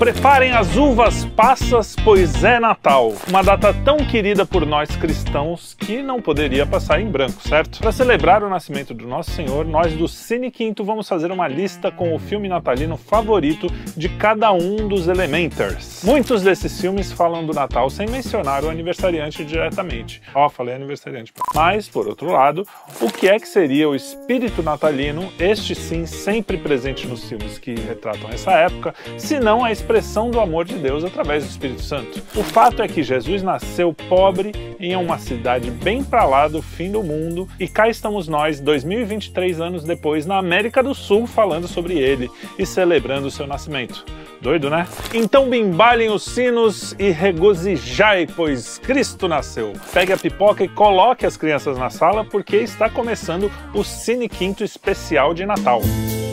Preparem as uvas passas, pois é Natal. Uma data tão querida por nós cristãos que não poderia passar em branco, certo? Para celebrar o nascimento do Nosso Senhor, nós do Cine Quinto vamos fazer uma lista com o filme natalino favorito de cada um dos Elementers. Muitos desses filmes falam do Natal sem mencionar o aniversariante diretamente. Falei aniversariante. Mas, por outro lado, o que é que seria o espírito natalino, este sim sempre presente nos filmes que retratam essa época, se não a expressão do amor de Deus através do Espírito Santo? O fato é que Jesus nasceu pobre em uma cidade bem pra lá do fim do mundo e cá estamos nós, 2023 anos depois, na América do Sul, falando sobre ele e celebrando o seu nascimento. Doido, né? Então bimbalhem os sinos e regozijai, pois Cristo nasceu. Pegue a pipoca e coloque as crianças na sala, porque está começando o Cine Quinto especial de Natal.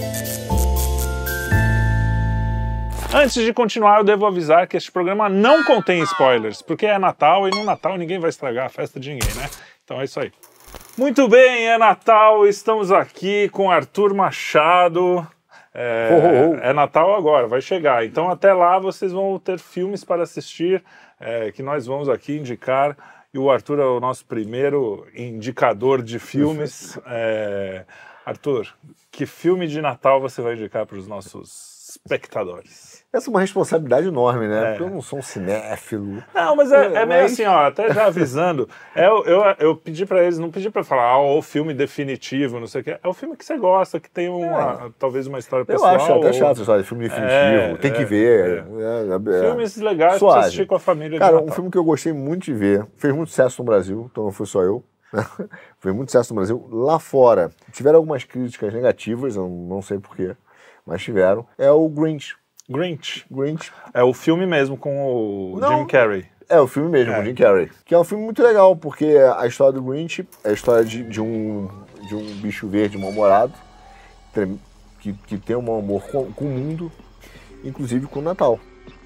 Antes de continuar, eu devo avisar que este programa não contém spoilers, porque é Natal e no Natal ninguém vai estragar a festa de ninguém, né? Então é isso aí. Muito bem, é Natal, estamos aqui com Arthur Machado. É Natal agora, vai chegar. Então até lá vocês vão ter filmes para assistir, que nós vamos aqui indicar. E o Arthur é o nosso primeiro indicador de filmes. Arthur, que filme de Natal você vai indicar para os nossos espectadores? Essa é uma responsabilidade enorme, né? Porque eu não sou um cinéfilo. Não, mas é meio assim, ó, até já avisando, eu pedi pra eles, não pedi pra falar, o filme definitivo, não sei o que, é o filme que você gosta, que tem talvez uma história pessoal. Eu acho até chato essa história de filme definitivo, tem que ver. Filmes legais suave. Pra assistir com a família. Cara, um filme que eu gostei muito de ver, fez muito sucesso no Brasil, então não foi só eu. Fez muito sucesso no Brasil. Lá fora, tiveram algumas críticas negativas, eu não sei porquê, mas tiveram. É o Grinch. Grinch. É o filme mesmo com o Jim Carrey. É o filme mesmo, com o Jim Carrey. Que é um filme muito legal, porque a história do Grinch é a história de um bicho verde mal-humorado, que tem um mau humor com o mundo, inclusive com o Natal.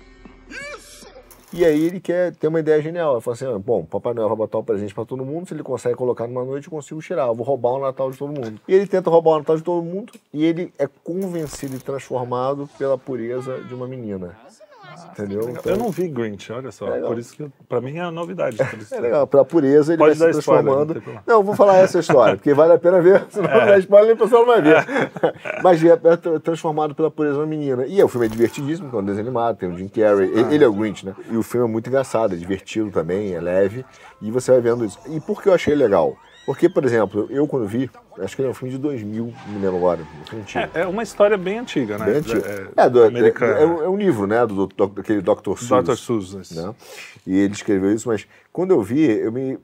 E aí ele quer ter uma ideia genial. Ele fala assim, bom, Papai Noel vai botar um presente pra todo mundo, se ele consegue colocar numa noite, eu consigo tirar. Eu vou roubar o Natal de todo mundo. E ele tenta roubar o Natal de todo mundo e ele é convencido e transformado pela pureza de uma menina. Entendeu? Então, eu não vi Grinch, olha só. Por isso que pra mim é uma novidade. É legal, pela pureza ele Pode vai se transformando. Spoiler, não, vou falar essa história, porque vale a pena ver, senão não dá spoiler nem o pessoal não vai ver. Mas é transformado pela pureza de uma menina. E o filme é divertidíssimo, é um desenho animado, tem o Jim Carrey, ele é o Grinch, né? E o filme é muito engraçado, é divertido também, é leve, e você vai vendo isso. E por que eu achei legal? Porque, por exemplo, eu quando vi, acho que ele é um filme de 2000, não me lembro agora. É uma história bem antiga, né? Bem antiga. É um livro, né? Daquele Dr. Seuss. Dr. Seuss, né? E ele escreveu isso, mas quando eu vi,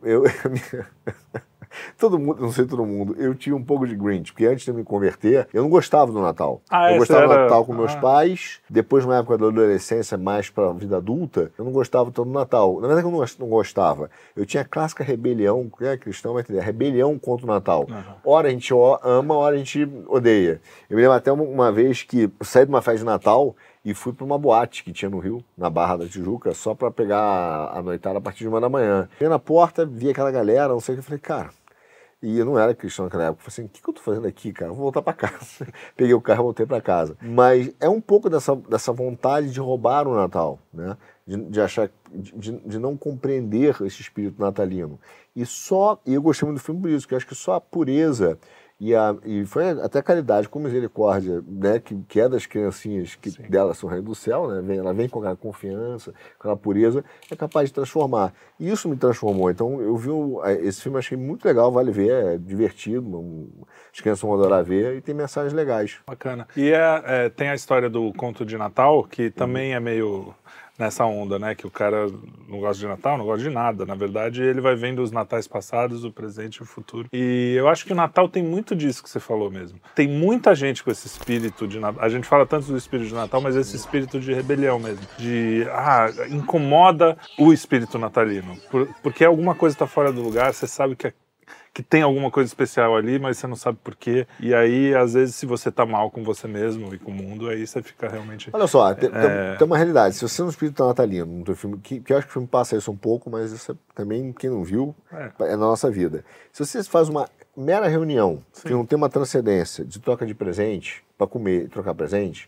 todo mundo, não sei todo mundo, eu tinha um pouco de Grinch, porque antes de eu me converter, eu não gostava do Natal. Eu gostava do Natal com meus pais, depois, na época da adolescência, mais pra vida adulta, eu não gostava tanto do Natal. Na verdade, eu não gostava. Eu tinha a clássica rebelião, que é cristão, vai entender, rebelião contra o Natal. Ora a gente ama, ora a gente odeia. Eu me lembro até uma vez que eu saí de uma festa de Natal e fui para uma boate que tinha no Rio, na Barra da Tijuca, só para pegar a noitada a partir de 1 da manhã. Cheguei na porta, vi aquela galera, não sei o que, eu falei, cara... E eu não era cristão naquela época. Eu falei assim, o que eu tô fazendo aqui, cara? Eu vou voltar para casa. Peguei o carro e voltei para casa. Mas é um pouco dessa vontade de roubar o Natal, né? De achar, de não compreender esse espírito natalino. E eu gostei muito do filme por isso, porque eu acho que só a pureza e foi até a caridade com misericórdia, né, que é das criancinhas que delas são reis do céu, né, ela vem com aquela confiança, com aquela pureza, é capaz de transformar. E isso me transformou. Então eu vi esse filme, achei muito legal, vale ver, é divertido, as crianças vão adorar ver e tem mensagens legais. Bacana. E tem a história do Conto de Natal, que também é meio... nessa onda, né, que o cara não gosta de Natal, não gosta de nada. Na verdade, ele vai vendo os natais passados, o presente e o futuro. E eu acho que o Natal tem muito disso que você falou mesmo. Tem muita gente com esse espírito de Natal. A gente fala tanto do espírito de Natal, mas esse espírito de rebelião mesmo. Incomoda o espírito natalino. Porque alguma coisa está fora do lugar, você sabe que tem alguma coisa especial ali, mas você não sabe por quê. E aí, às vezes, se você tá mal com você mesmo e com o mundo, aí você fica realmente... Olha só, tem uma realidade. Se você é um espírito natalino, no teu filme, que eu acho que o filme passa isso um pouco, mas isso também, quem não viu, é na nossa vida. Se você faz uma mera reunião, que não tem uma transcendência de troca de presente, para comer e trocar presente,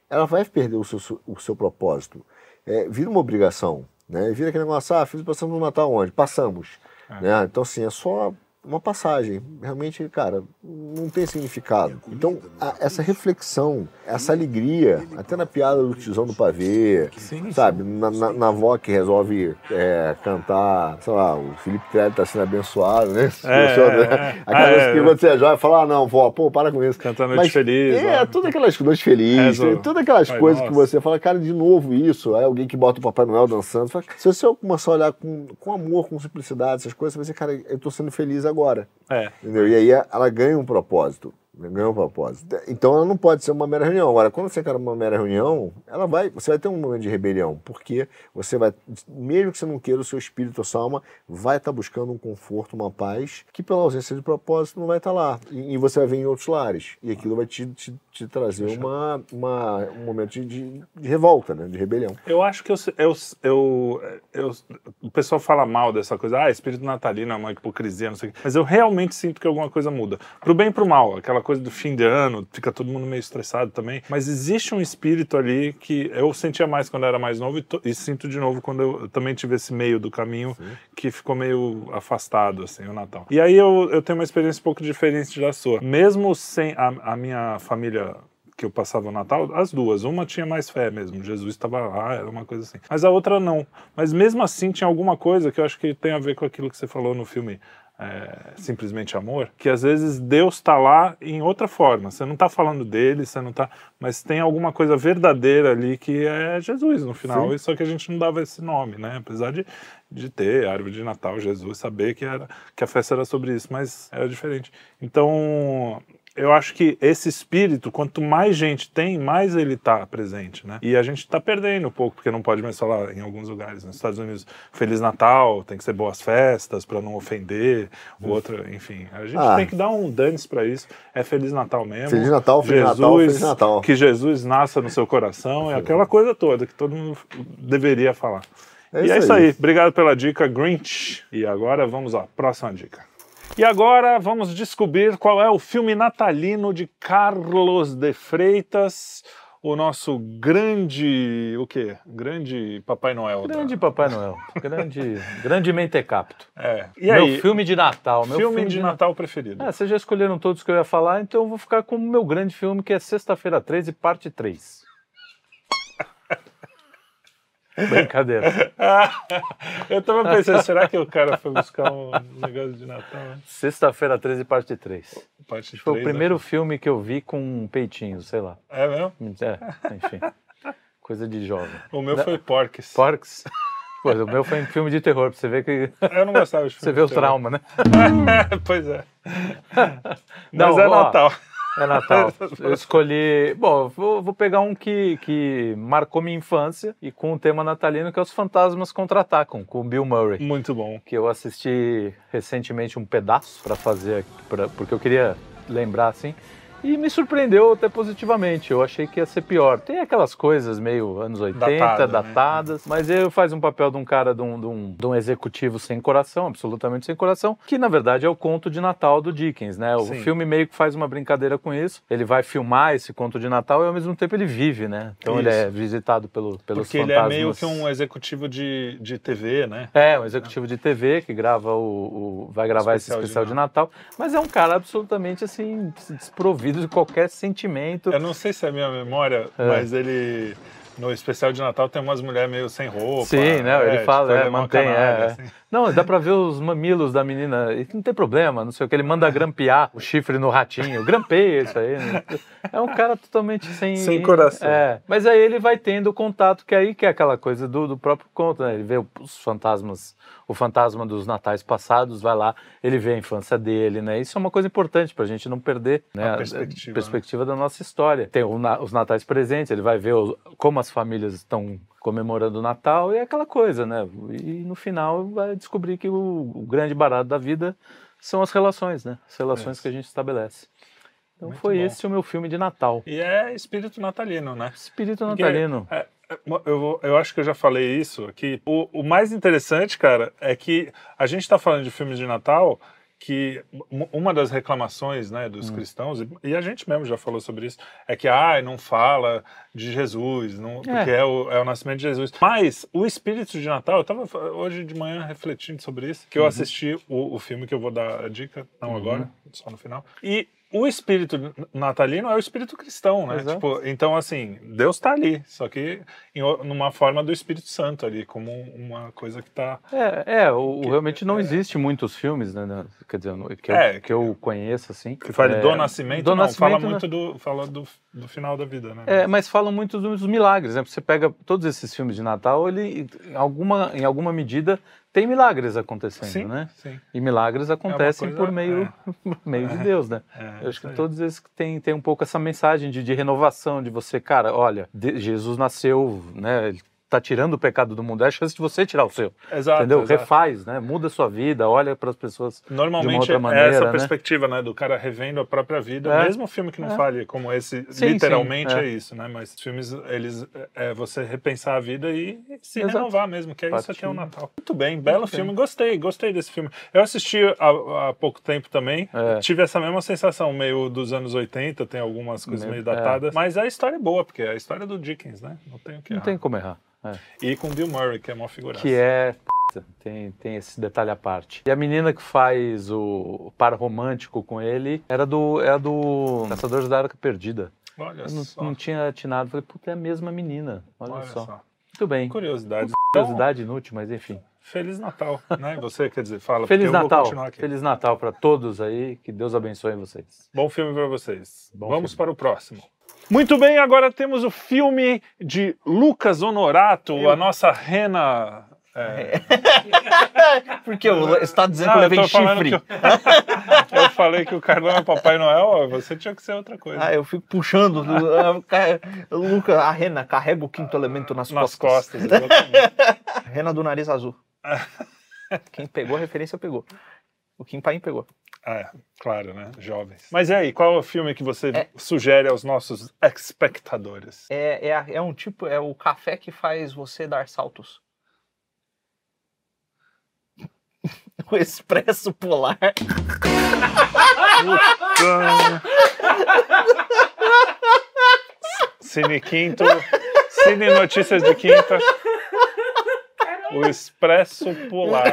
ela vai perder o seu propósito. Vira uma obrigação, né? Vira aquele negócio, filho, passamos no Natal onde? Passamos. Né? Então, assim, é só uma passagem. Realmente, cara, não tem significado. Então, essa reflexão, essa alegria, até na piada do tiozão do pavê, sim, sabe? Na avó que resolve cantar, sei lá, o Felipe Trelli tá sendo abençoado, né? Aquela coisa que quando você é jovem, fala, não, vó, pô, para com isso. Canta Noite Feliz. Todas aquelas Noites Felizes, todas aquelas coisas que você fala, cara, de novo isso. Aí alguém que bota o Papai Noel dançando. Fala, se você começar a olhar com amor, com simplicidade, essas coisas, você vai dizer, cara, eu tô sendo feliz agora. Entendeu? E aí ela ganha um propósito. Então ela não pode ser uma mera reunião. Agora, quando você quer uma mera reunião, você vai ter um momento de rebelião, porque você vai, mesmo que você não queira, o seu espírito, a sua alma vai estar buscando um conforto, uma paz, que pela ausência de propósito não vai estar lá. E você vai ver em outros lares. E aquilo vai te trazer um momento de revolta, né? De rebelião. Eu acho que o pessoal fala mal dessa coisa, espírito natalino é uma hipocrisia, não sei o quê. Mas eu realmente sinto que alguma coisa muda. Pro bem e pro mal, aquela coisa do fim de ano, fica todo mundo meio estressado também, mas existe um espírito ali que eu sentia mais quando eu era mais novo e sinto de novo quando eu também tive esse meio do caminho. Sim. Que ficou meio afastado, assim, o Natal. E aí eu tenho uma experiência um pouco diferente da sua. Mesmo sem a minha família que eu passava o Natal, as duas. Uma tinha mais fé mesmo, Jesus estava lá, era uma coisa assim. Mas a outra não. Mas mesmo assim tinha alguma coisa que eu acho que tem a ver com aquilo que você falou no filme Simplesmente Amor, que às vezes Deus está lá em outra forma. Você não está falando dele, mas tem alguma coisa verdadeira ali que é Jesus no final. Sim. Só que a gente não dava esse nome, né? Apesar de ter árvore de Natal, Jesus, saber que a festa era sobre isso, mas era diferente. Então, eu acho que esse espírito, quanto mais gente tem, mais ele está presente, né? E a gente está perdendo um pouco, porque não pode mais falar em alguns lugares. Nos Estados Unidos, Feliz Natal, tem que ser boas festas para não ofender o outro, enfim. A gente tem que dar um dane-se para isso. É Feliz Natal mesmo. Feliz Natal, Feliz Natal, Feliz Natal. Que Jesus nasça no seu coração, é aquela coisa toda que todo mundo deveria falar. É isso aí. Obrigado pela dica, Grinch. E agora vamos à próxima dica. E agora vamos descobrir qual é o filme natalino de Carlos de Freitas, o nosso grande... o quê? Grande Papai Noel. Grande Papai Noel. grande mentecapto. E aí? Meu filme de Natal. Meu filme de Natal preferido. Vocês já escolheram todos que eu ia falar, então eu vou ficar com o meu grande filme, que é Sexta-feira 13, parte 3. Brincadeira. Eu tava pensando, será que o cara foi buscar um negócio de Natal? Né? Sexta-feira 13, parte 3. Parte 3, foi o primeiro filme que eu vi com um peitinho, sei lá. É mesmo? Enfim. Coisa de jovem. O meu foi Porques. Porques? Pois, o meu foi um filme de terror, pra você ver que... Eu não gostava de filme. Você vê o trauma, né? Pois é. Mas Natal. É Natal. Eu escolhi... Bom, vou pegar um que marcou minha infância e com o tema natalino, que é Os Fantasmas Contra-Atacam, com o Bill Murray. Muito bom. Que eu assisti recentemente um pedaço para fazer, porque eu queria lembrar, assim, e me surpreendeu até positivamente. Eu achei que ia ser pior. Tem aquelas coisas meio anos 80, datadas, né? Mas ele faz um papel de um cara, de um executivo sem coração, absolutamente sem coração, que na verdade é o conto de Natal do Dickens, né? O filme meio que faz uma brincadeira com isso. Ele vai filmar esse conto de Natal e ao mesmo tempo ele vive, né? Então ele é visitado pelos fantasmas. Porque ele é meio que um executivo de TV, né? Um executivo de TV que grava vai gravar esse especial de Natal. Mas é um cara absolutamente, assim, desprovido de qualquer sentimento. Eu não sei se é a minha memória, mas ele... No especial de Natal tem umas mulheres meio sem roupa. Sim, né? Ele fala, tipo, mantém, assim. Não, dá pra ver os mamilos da menina. E não tem problema, não sei o que. Ele manda grampear o chifre no ratinho. Grampeia isso aí. Né? É um cara totalmente sem coração. Mas aí ele vai tendo contato, que é aquela coisa do próprio conto, né? Ele vê os fantasmas, o fantasma dos natais passados, vai lá, ele vê a infância dele, né? Isso é uma coisa importante pra gente não perder, né? A perspectiva da nossa história. Tem os natais presentes, ele vai ver como as famílias estão comemorando o Natal e é aquela coisa, né? E no final vai descobrir que o grande barato da vida são as relações, né? As relações que a gente estabelece. Então muito foi bom. Esse o meu filme de Natal. E é espírito natalino, né? Espírito natalino. Eu acho que eu já falei isso aqui. O mais interessante, cara, é que a gente tá falando de filmes de Natal que uma das reclamações, né, dos cristãos, e a gente mesmo já falou sobre isso, é que não fala de Jesus, porque é o nascimento de Jesus. Mas o espírito de Natal, eu estava hoje de manhã refletindo sobre isso, que eu assisti o filme, que eu vou dar a dica, não agora, só no final, e o espírito natalino é o espírito cristão, né? Tipo, então, assim, Deus está ali, só que numa forma do Espírito Santo ali, como uma coisa que está... realmente não existe muitos filmes, né? Quer dizer, que eu conheço, assim. Que fale do nascimento, fala muito do final da vida, né? Mas falam muito dos milagres, né? Você pega todos esses filmes de Natal, ele, em alguma medida, tem milagres acontecendo, né? Sim. E milagres acontecem por meio de Deus, né? Eu acho que todos eles têm um pouco essa mensagem de renovação, de você, cara, olha, Jesus nasceu, né? Ele tá tirando o pecado do mundo, é a chance de você tirar o seu. Exato. Entendeu? Refaz, né? Muda a sua vida, olha para as pessoas normalmente de uma outra maneira, essa né? perspectiva, né? Do cara revendo a própria vida. Mesmo um filme que não fale como esse, literalmente é isso, né? Mas os filmes, eles você repensar a vida e se renovar mesmo, que isso aqui é o Natal. Muito bem, belo filme, gostei desse filme. Eu assisti há pouco tempo também, tive essa mesma sensação, meio dos anos 80, tem algumas coisas meio datadas, mas a história é boa, porque é a história do Dickens, né? Não tem o que errar. Não tem como errar. E com Bill Murray, que é uma figuraça. Que tem esse detalhe à parte. E a menina que faz o par romântico com ele é do Caçadores da Arca Perdida. Olha só. Não tinha atinado. Falei, puta, é a mesma menina. Olha só. Muito bem. Curiosidade. Curiosidade inútil, mas enfim. Feliz Natal, né? Você, quer dizer, fala. Feliz Natal. Eu vou continuar aqui. Feliz Natal para todos aí. Que Deus abençoe vocês. Bom filme para vocês. Vamos para o próximo. Muito bem, agora temos o filme de Lucas Honorato, a nossa rena... Porque você está dizendo que eu levei chifre. Eu falei que o Carlão é Papai Noel, você tinha que ser outra coisa. Eu fico puxando. Lucas, a rena, carrega o quinto elemento nas costas. Exatamente. Rena do nariz azul. Quem pegou a referência pegou. O Kim Paim pegou. Claro, né? Jovens. Mas e aí, qual é o filme que você sugere aos nossos espectadores? É um tipo, é o café que faz você dar saltos. O Expresso Polar. Cine Quinto, Cine Notícias de Quinta. O Expresso Polar.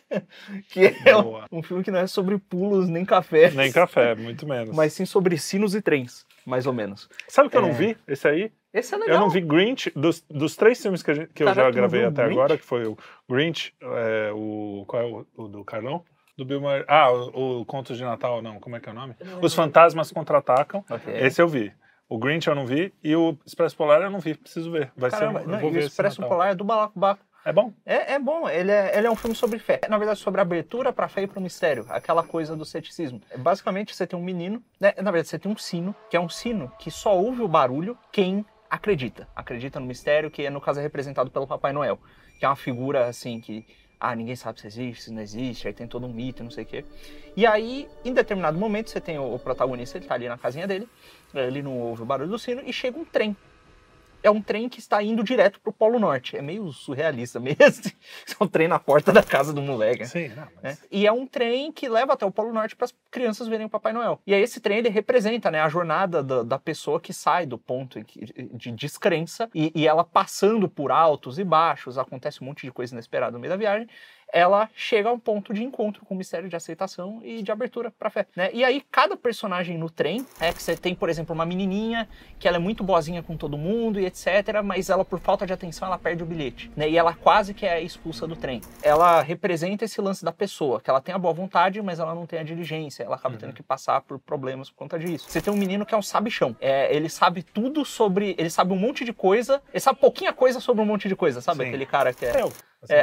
Que é um filme que não é sobre pulos nem café. Nem café, muito menos. Mas sim sobre sinos e trens, mais ou menos. Sabe o que eu não vi? Esse aí? Esse é legal. Eu não vi Grinch, dos 3 filmes que eu já gravei até agora, que foi o Grinch, qual é o do Carlão? Do Bill Murray. O Contos de Natal, não, como é que é o nome? Os Fantasmas Contra-Atacam. Okay. Esse eu vi. O Grinch eu não vi e o Expresso Polar eu não vi, preciso ver. Eu vou ver o Expresso Polar é do Balacobaco. É bom? É bom, ele é um filme sobre fé. Na verdade, sobre abertura pra fé e pro mistério. Aquela coisa do ceticismo. Basicamente, você tem um menino, né? Na verdade, você tem um sino, que é um sino que só ouve o barulho quem acredita. Acredita no mistério, que no caso é representado pelo Papai Noel. Que é uma figura, assim, que... ninguém sabe se existe, se não existe, aí tem todo um mito, não sei o quê. E aí, em determinado momento, você tem o protagonista, ele tá ali na casinha dele, ele não ouve o barulho do sino, e chega um trem. É um trem que está indo direto pro Polo Norte. É meio surrealista mesmo. É um trem na porta da casa do moleque. Sim, mas... E é um trem que leva até o Polo Norte para as crianças verem o Papai Noel. E aí esse trem, ele representa, né, a jornada da pessoa que sai do ponto de descrença e ela passando por altos e baixos, acontece um monte de coisa inesperada no meio da viagem, ela chega a um ponto de encontro com o mistério de aceitação e de abertura para a fé, né? E aí cada personagem no trem, que você tem, por exemplo, uma menininha que ela é muito boazinha com todo mundo e etc, mas ela, por falta de atenção, ela perde o bilhete, né? E ela quase que é expulsa do trem. Ela representa esse lance da pessoa, que ela tem a boa vontade, mas ela não tem a diligência, ela acaba tendo que passar por problemas por conta disso. Você tem um menino que é um sabichão, ele sabe tudo sobre, ele sabe um monte de coisa, ele sabe pouquinha coisa sobre um monte de coisa, sabe? Sim. Aquele cara que é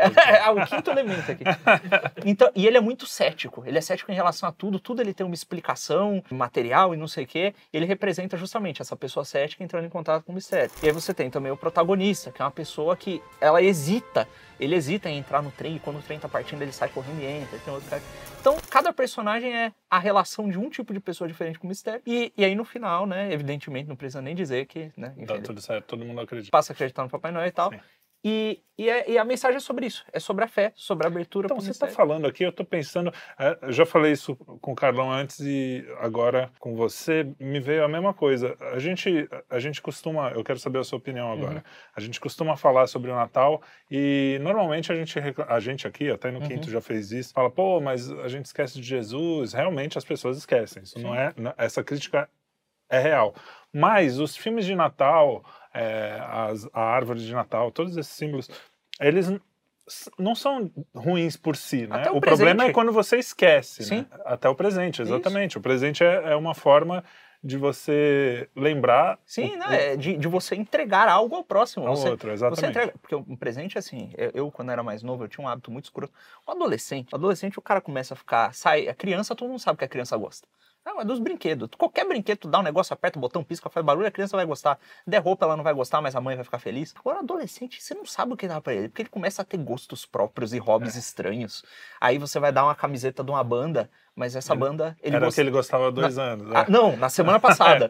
o quinto elemento aqui. Então, e ele é muito cético. Ele é cético em relação a tudo. Tudo ele tem uma explicação material e não sei o quê. Ele representa justamente essa pessoa cética entrando em contato com o mistério. E aí você tem também o protagonista, que é uma pessoa que ela hesita. Ele hesita em entrar no trem e quando o trem tá partindo ele sai correndo e entra. Tem outro cara. Então, cada personagem é a relação de um tipo de pessoa diferente com o mistério. E aí no final, né, evidentemente, não precisa nem dizer que, né, enfim, tá tudo certo, todo mundo acredita. Passa a acreditar no Papai Noel e tal. Sim. E a mensagem é sobre isso, é sobre a fé, sobre a abertura. Então, você está falando aqui, eu estou pensando, eu já falei isso com o Carlão antes e agora com você, me veio a mesma coisa. A gente costuma, eu quero saber a sua opinião agora, a gente costuma falar sobre o Natal e normalmente a gente aqui, até no Quinto já fez isso, fala, pô, mas a gente esquece de Jesus. Realmente as pessoas esquecem, isso não é, essa crítica é real. Mas os filmes de Natal, a árvore de Natal, todos esses símbolos, eles não são ruins por si, né? Até o problema é quando você esquece, Sim. né? Até o presente, exatamente. Isso. O presente é uma forma de você lembrar... Sim, de você entregar algo ao próximo. Ao outro, exatamente. Você entrega, porque um presente, assim, eu quando era mais novo, eu tinha um hábito muito escuro. O adolescente, o cara começa a ficar... a criança, todo mundo sabe que a criança gosta. Não, é dos brinquedos. Qualquer brinquedo, tu dá um negócio, aperta o botão, pisca, faz barulho, a criança vai gostar. Der roupa, ela não vai gostar, mas a mãe vai ficar feliz. Agora, adolescente, você não sabe o que dá pra ele, porque ele começa a ter gostos próprios e hobbies estranhos. Aí você vai dar uma camiseta de uma banda, mas essa banda... Era que ele gostava há 2 anos. Né? Não, na semana passada.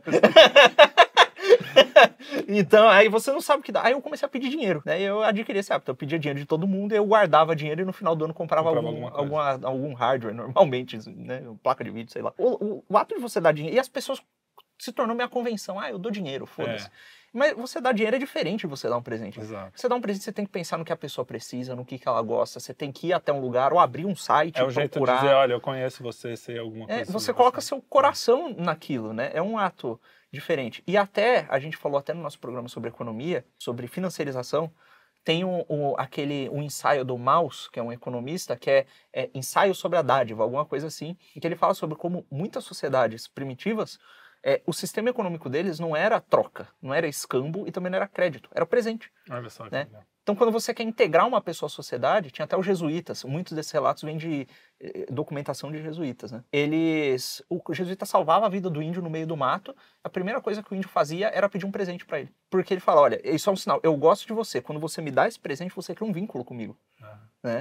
Então, aí você não sabe o que dá. Aí eu comecei a pedir dinheiro, né? Eu adquiri esse hábito. Eu pedia dinheiro de todo mundo, eu guardava dinheiro e no final do ano comprava algum hardware, normalmente, né? Placa de vídeo, sei lá. O ato de você dar dinheiro... E as pessoas se tornou minha convenção. Eu dou dinheiro, foda-se. Mas você dar dinheiro é diferente de você dar um presente. Exato. Você dá um presente, você tem que pensar no que a pessoa precisa, no que ela gosta. Você tem que ir até um lugar ou abrir um site, o jeito de dizer, olha, eu conheço você, sei alguma coisa. Você coloca seu coração naquilo, né? É um ato diferente. E até, a gente falou até no nosso programa sobre economia, sobre financiarização, tem um ensaio do Mauss, que é um economista, que é ensaio sobre a dádiva, alguma coisa assim, em que ele fala sobre como muitas sociedades primitivas, o sistema econômico deles não era troca, não era escambo e também não era crédito, era presente. Olha só, né? Então, quando você quer integrar uma pessoa à sociedade, tinha até os jesuítas, muitos desses relatos vêm de documentação de jesuítas, né? O jesuíta salvava a vida do índio no meio do mato, a primeira coisa que o índio fazia era pedir um presente para ele. Porque ele fala, olha, isso é um sinal, eu gosto de você, quando você me dá esse presente, você cria um vínculo comigo, né?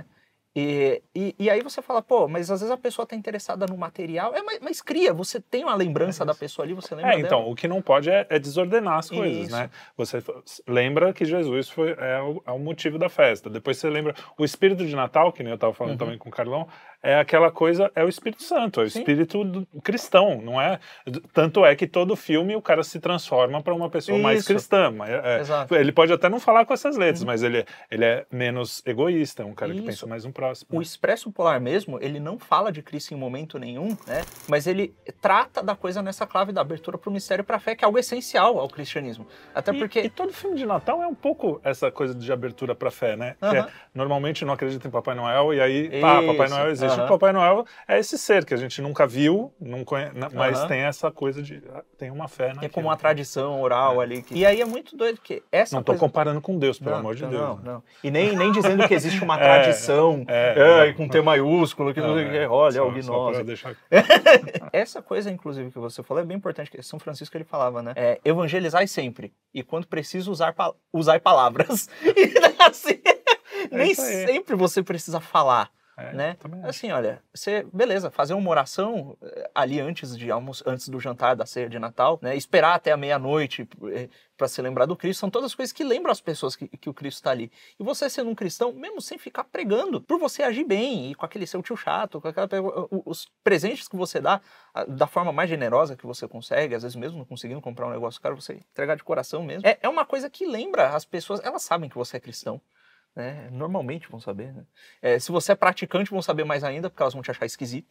E aí você fala, pô, mas às vezes a pessoa está interessada no material. Mas cria, você tem uma lembrança da pessoa ali, você lembra dela. Então, o que não pode é desordenar as coisas, né? Você lembra que Jesus é o motivo da festa. Depois você lembra... O espírito de Natal, que nem eu estava falando também com o Carlão, é aquela coisa, é o Espírito Santo, é o espírito cristão, não é? Tanto é que todo filme o cara se transforma para uma pessoa mais cristã. Ele pode até não falar com essas letras, mas ele é menos egoísta, é um cara que pensa mais no próximo. O Expresso Polar mesmo, ele não fala de Cristo em momento nenhum, né? Mas ele trata da coisa nessa clave da abertura para o mistério e para a fé, que é algo essencial ao cristianismo. Até porque... E todo filme de Natal é um pouco essa coisa de abertura para a fé, né? Que normalmente não acredita em Papai Noel e aí, Papai Noel existe. O Papai Noel é esse ser que a gente nunca viu, não conhece, mas tem essa coisa de... Tem uma fé naquilo. É como uma tradição oral ali. E aí é muito doido que essa Não estou comparando com Deus, pelo amor de Deus. Não. E nem dizendo que existe uma tradição com T maiúsculo, que olha, o gnose. Essa coisa, inclusive, que você falou é bem importante, que São Francisco ele falava, né? Evangelizai sempre. E quando preciso, usar palavras. E assim, nem sempre você precisa falar. Né? Assim, olha, beleza, fazer uma oração ali antes do jantar da ceia de Natal, né? Esperar até a meia-noite para se lembrar do Cristo, são todas coisas que lembram as pessoas que o Cristo está ali. E você sendo um cristão, mesmo sem ficar pregando, por você agir bem, e com aquele seu tio chato, com os presentes que você dá, da forma mais generosa que você consegue, às vezes mesmo não conseguindo comprar um negócio caro, você entregar de coração mesmo, é uma coisa que lembra as pessoas, elas sabem que você é cristão. Normalmente vão saber, né? Se você é praticante, vão saber mais ainda, porque elas vão te achar esquisito.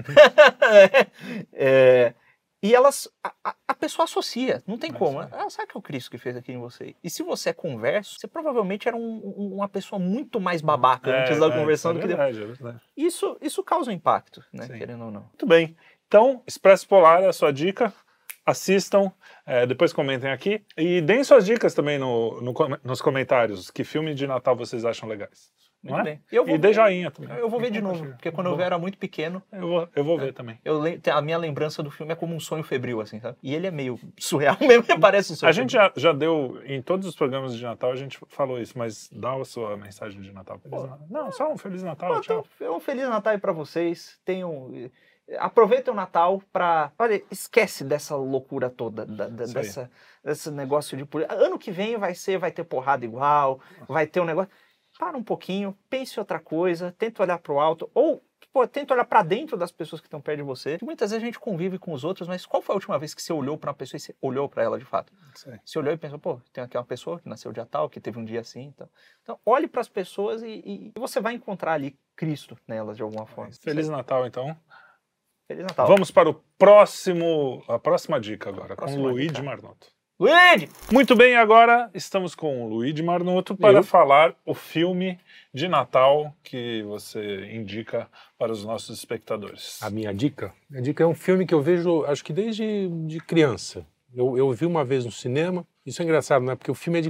E a pessoa associa, não tem como. Sabe que é o Cristo que fez aqui em você? E se você é converso, você provavelmente era uma pessoa muito mais babaca antes da conversão do que depois. Isso causa um impacto, né? Querendo ou não. Muito bem. Então, Expresso Polar é a sua dica. Assistam, depois comentem aqui e deem suas dicas também nos comentários. Que filme de Natal vocês acham legais? Não bem. E dê joinha também. Eu vou ver de novo, porque quando eu era muito pequeno... Eu vou ver também. A minha lembrança do filme é como um sonho febril, assim, sabe? E ele é meio surreal mesmo, parece um sonho. A gente já deu, em todos os programas de Natal, a gente falou isso, mas dá a sua mensagem de Natal. Não, só um Feliz Natal, tchau. Um Feliz Natal aí pra vocês. Aproveita o Natal pra... Olha, esquece dessa loucura toda, desse negócio de... Ano que vem vai ter porrada igual, vai ter um negócio... para um pouquinho, pense em outra coisa, tenta olhar para o alto, ou tenta olhar para dentro das pessoas que estão perto de você. E muitas vezes a gente convive com os outros, mas qual foi a última vez que você olhou para uma pessoa e você olhou para ela de fato? Você olhou e pensou, pô, tem aqui uma pessoa que nasceu dia tal, que teve um dia assim. Então olhe para as pessoas e você vai encontrar ali Cristo nelas de alguma forma. Feliz Natal, então. Feliz Natal. Vamos para a próxima dica agora, com Luigi Marnoto. Luigi! Muito bem, agora estamos com o Luigi Marnoto para falar o filme de Natal que você indica para os nossos espectadores. A minha dica? A dica é um filme que eu vejo, acho que desde de criança. Eu vi uma vez no cinema. Isso é engraçado, né? Porque o filme é de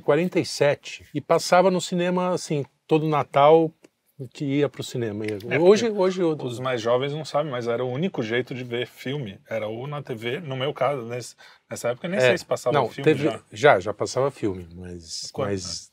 47 e passava no cinema, assim, todo Natal que ia para o cinema. Hoje os mais jovens não sabem, mas era o único jeito de ver filme. Era ou na TV, no meu caso, nessa época nem sei se passava filme já passava filme, mas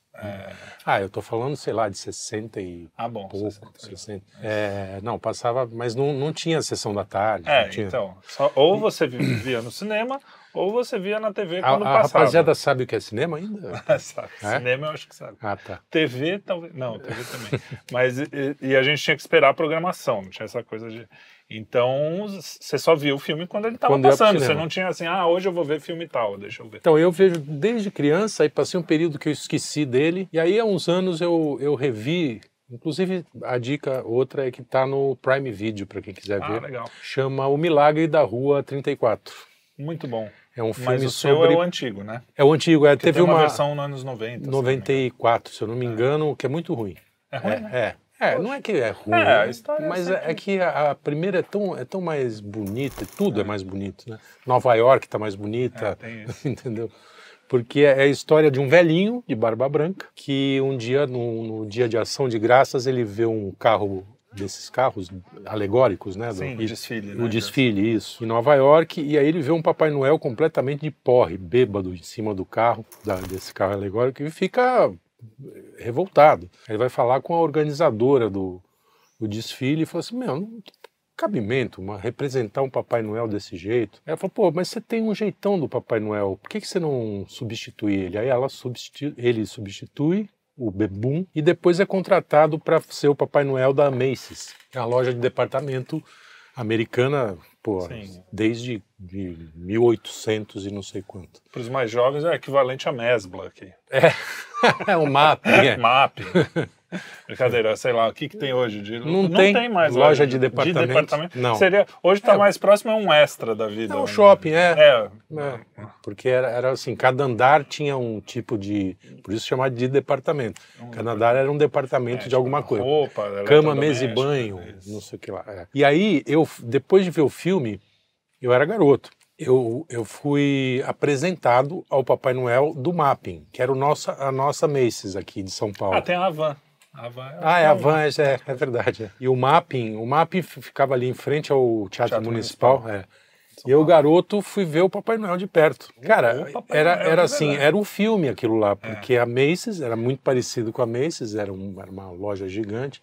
eu tô falando, sei lá, de 60 e pouco. 60. Não, passava, mas não tinha sessão da tarde. Então, ou você via no cinema, ou você via na TV quando passava. A rapaziada sabe o que é cinema ainda? Sabe. Cinema eu acho que sabe. Tá. TV talvez. Não, TV também. Mas e a gente tinha que esperar a programação, não tinha essa coisa de. Então, você só via o filme quando ele estava passando. Você não tinha assim, hoje eu vou ver filme tal, deixa eu ver. Então, eu vejo desde criança, aí passei um período que eu esqueci dele, e aí há uns anos eu revi. Inclusive, a dica outra é que está no Prime Video, para quem quiser ver. Legal. Chama O Milagre da Rua 34. Muito bom. É um filme Mas o seu é o antigo, né? É o antigo, teve uma versão nos anos 90. 94, se eu não me engano, que é muito ruim. É ruim, né? Não é que é ruim, a história mas é que a primeira é tão mais bonita, tudo é mais bonito, né? Nova York tá mais bonita, tem isso. entendeu? Porque é a história de um velhinho de barba branca que um dia, no dia de ação de graças, ele vê um carro desses carros alegóricos, né? Sim, o desfile. O desfile, isso. Em Nova York, e aí ele vê um Papai Noel completamente de porre, bêbado, em cima do carro, desse carro alegórico, e fica revoltado. Ele vai falar com a organizadora do desfile e fala assim, não tem cabimento representar um Papai Noel desse jeito. Ela fala, mas você tem um jeitão do Papai Noel, por que você não substitui ele? Aí ele substitui o Bebum, e depois é contratado para ser o Papai Noel da Macy's, que é uma loja de departamento americana, desde 1800 e não sei quanto. Para os mais jovens é equivalente a Mesbla aqui. É um Mapping. Mapping. Brincadeira, sei lá, o que tem hoje? Não tem mais loja de departamento. Não. Hoje está mais próximo a um Extra da vida. É um shopping, Porque era assim, cada andar tinha um tipo de... Por isso chamado de departamento. Cada andar era um departamento de alguma coisa. Roupa, cama, mesa e banho, não sei o que lá. E aí, depois de ver o filme, eu era garoto. Eu fui apresentado ao Papai Noel do Mapping, que era a nossa Macy's aqui de São Paulo. Tem a Havan. A Havan, é verdade. E o Mapping ficava ali em frente ao Teatro Municipal. E eu, garoto, fui ver o Papai Noel de perto. Cara, era assim, era um filme aquilo lá, porque a Macy's era muito parecido com a Macy's, era uma loja gigante.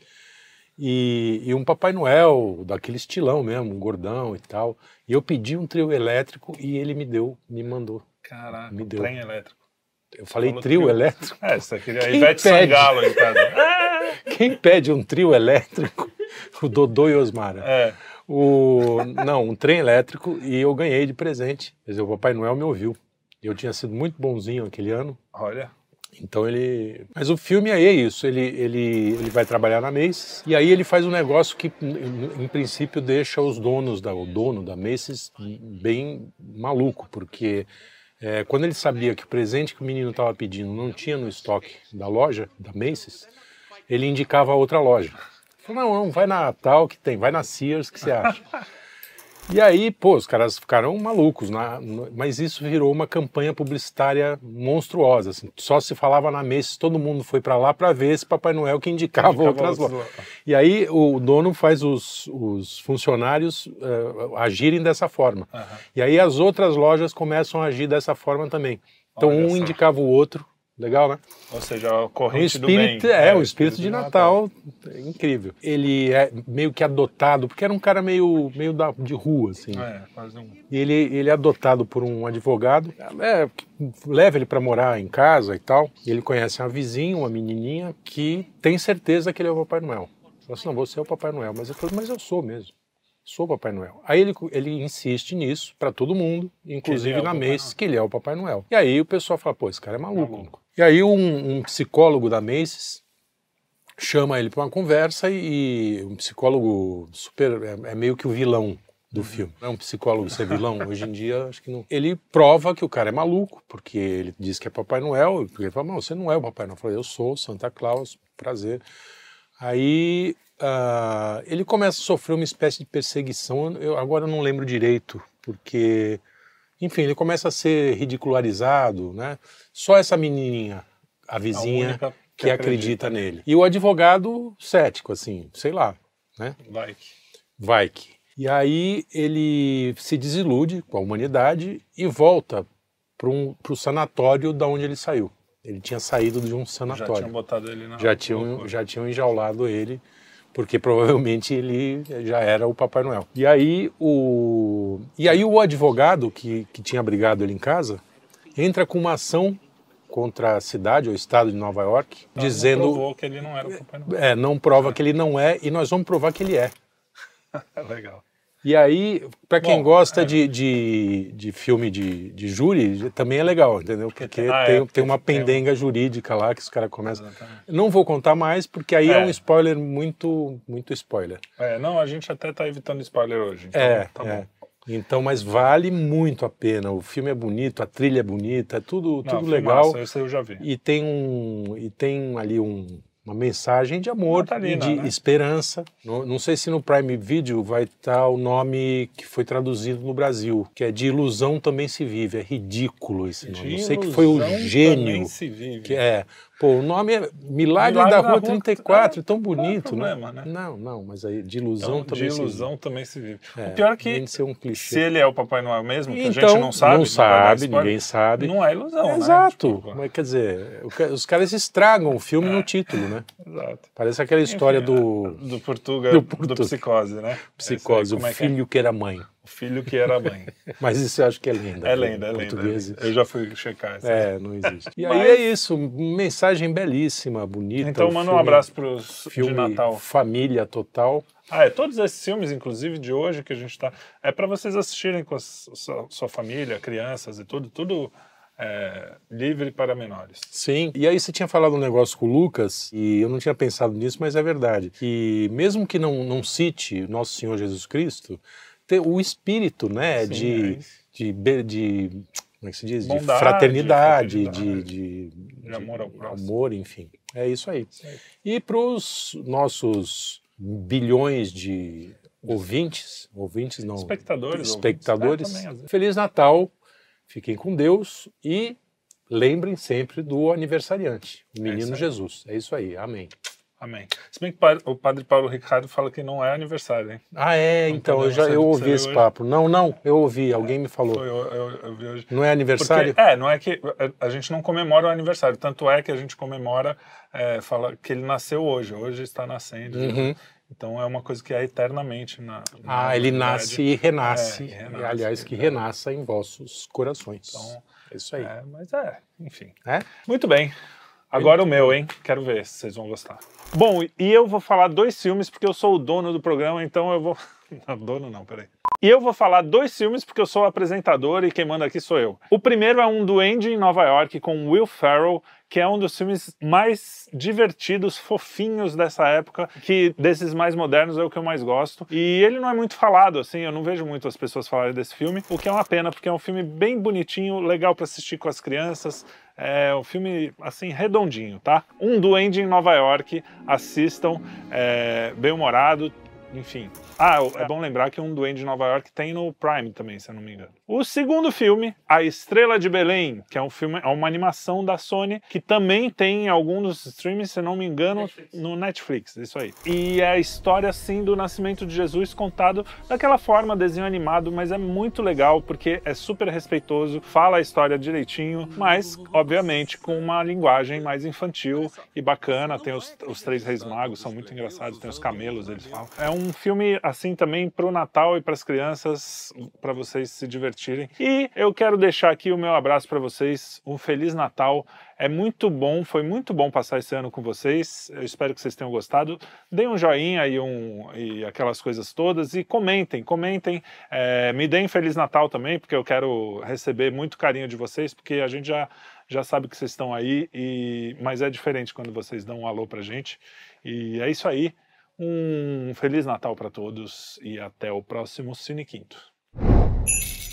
E um Papai Noel, daquele estilão mesmo, um gordão e tal. E eu pedi um trio elétrico e ele me mandou. Caraca, me deu. Trem elétrico. Eu falei trio elétrico? Você queria a Ivete Sangalo em casa. Quem pede um trio elétrico? O Dodô e Osmara. Um trem elétrico, e eu ganhei de presente. Quer dizer, o Papai Noel me ouviu. Eu tinha sido muito bonzinho aquele ano. Olha. Então Mas o filme é isso, ele vai trabalhar na Macy's, e aí ele faz um negócio que, em princípio, deixa o dono da Macy's bem maluco, porque quando ele sabia que o presente que o menino estava pedindo não tinha no estoque da loja, da Macy's, ele indicava a outra loja. Falou, não, vai na tal que tem, vai na Sears, que você acha? E aí, os caras ficaram malucos, mas isso virou uma campanha publicitária monstruosa. Assim. Só se falava na Macy's, todo mundo foi para lá para ver esse Papai Noel que indicava outras lojas. E aí o dono faz os funcionários agirem dessa forma. E aí as outras lojas começam a agir dessa forma também. Então indicava o outro, Legal, né? Ou seja, a corrente do bem. O espírito de Natal. É incrível. Ele é meio que adotado, porque era um cara meio de rua, assim. Quase um... E ele é adotado por um advogado, leva ele para morar em casa e tal. E ele conhece uma vizinha, uma menininha, que tem certeza que ele é o Papai Noel. Fala assim, não, você é o Papai Noel. Mas ele falou, mas eu sou mesmo. Sou o Papai Noel. Aí ele insiste nisso para todo mundo, inclusive na Macy's, que ele é o Papai Noel. E aí o pessoal fala, pô, esse cara é maluco. E aí um psicólogo da Macy's chama ele para uma conversa e um psicólogo é meio que o vilão do filme. Não é um psicólogo ser vilão, hoje em dia acho que não. Ele prova que o cara é maluco, porque ele diz que é Papai Noel, porque ele fala, não, você não é o Papai Noel. Eu falei, eu sou Santa Claus, prazer. Aí... ele começa a sofrer uma espécie de perseguição, eu agora não lembro direito, porque, enfim, ele começa a ser ridicularizado, né? Só essa menininha, a vizinha, que acredita nele. E o advogado cético, assim, sei lá, né? Vai que. E aí ele se desilude com a humanidade e volta pro sanatório da onde ele saiu. Ele tinha saído de um sanatório. Já tinham botado ele na... Já tinham enjaulado ele, porque provavelmente ele já era o Papai Noel. E aí o advogado que tinha abrigado ele em casa entra com uma ação contra a cidade ou o estado de Nova York, dizendo... Não provou que ele não era o Papai Noel. Não prova que ele não é, e nós vamos provar que ele é. Legal. E aí, para quem gosta de filme de júri, também é legal, entendeu? Porque tem uma pendenga jurídica lá que os caras começam... Exatamente. Não vou contar mais, porque aí é um spoiler muito, muito spoiler. Não, a gente até tá evitando spoiler hoje. Então tá bom. Então, mas vale muito a pena. O filme é bonito, a trilha é bonita, é tudo legal. Massa, eu já vi. E tem ali uma mensagem de amor e de esperança. Não sei se no Prime Video vai estar o nome que foi traduzido no Brasil, que é De Ilusão Também Se Vive. É ridículo esse nome. Não sei que foi o gênio. Também Se Vive. O nome é Milagre da Rua 34, tão bonito, não é problema, né? Não, mas aí De Ilusão Também Se Vive. O pior é que ser um clichê. Se ele é o Papai Noel mesmo, que a gente não sabe. Não sabe, ninguém sabe. Não é ilusão, Exato. né? Tipo, mas quer dizer, os caras estragam o título, né? Exato. Parece aquela história do Portuga, do Psicose, né? Psicose, o filho que era mãe. O filho que era mãe. Mas isso eu acho que é lenda. É lenda. Eu já fui checar essa. Não existe. E aí é isso, mensagem belíssima, bonita. Então manda um abraço pros filme de Natal. Família total. Todos esses filmes, inclusive de hoje que a gente tá... É para vocês assistirem com a sua família, crianças e tudo livre para menores. Sim, e aí você tinha falado um negócio com o Lucas, e eu não tinha pensado nisso, mas é verdade, que mesmo que não cite Nosso Senhor Jesus Cristo, ter o espírito, né, Sim, de como é que se diz? Bondade, de fraternidade, de amor ao próximo. Amor, enfim. É isso aí. E para os nossos bilhões de ouvintes não, espectadores, também, Feliz Natal, fiquem com Deus e lembrem sempre do aniversariante, o menino Jesus. É isso aí, amém. Amém. Se bem que o padre Paulo Ricardo fala que não é aniversário, hein? Então eu ouvi esse papo. Não, eu ouvi, alguém me falou. Eu vi hoje. Não é aniversário? Porque, não é que a gente não comemora o aniversário, tanto é que a gente comemora, fala que ele nasceu hoje está nascendo. Uhum. Então é uma coisa que é eternamente ele nasce e renasce. Aliás, que renasça em vossos corações. Então, é isso aí. Mas enfim. Muito bem. Agora o meu, hein? Quero ver se vocês vão gostar. Bom, e eu vou falar 2 filmes porque eu sou o dono do programa, então eu vou... Não, dono não, peraí. E eu vou falar 2 filmes porque eu sou o apresentador e quem manda aqui sou eu. O primeiro é um Duende em Nova York com Will Ferrell, que é um dos filmes mais divertidos, fofinhos dessa época, que desses mais modernos é o que eu mais gosto. E ele não é muito falado, assim, eu não vejo muito as pessoas falarem desse filme, o que é uma pena, porque é um filme bem bonitinho, legal para assistir com as crianças. É um filme, assim, redondinho, tá? Um Duende em Nova York, assistam, bem-humorado, enfim. É bom lembrar que um Duende de Nova York tem no Prime também, se eu não me engano. O segundo filme, A Estrela de Belém, que é um filme, é uma animação da Sony, que também tem em alguns dos streams, se eu não me engano, no Netflix, isso aí. E é a história, assim, do nascimento de Jesus contado daquela forma, desenho animado, mas é muito legal, porque é super respeitoso, fala a história direitinho, mas, obviamente, com uma linguagem mais infantil e bacana. Tem os três reis magos, são muito engraçados, tem os camelos, eles falam. É um filme, assim, também pro Natal e pras crianças, para vocês se divertirem. E eu quero deixar aqui o meu abraço para vocês, um Feliz Natal. É muito bom, foi muito bom passar esse ano com vocês. Eu espero que vocês tenham gostado. Deem um joinha e aquelas coisas todas e comentem. Me deem Feliz Natal também, porque eu quero receber muito carinho de vocês, porque a gente já sabe que vocês estão aí, mas é diferente quando vocês dão um alô pra gente. E é isso aí. Um Feliz Natal para todos e até o próximo Cine Quinto.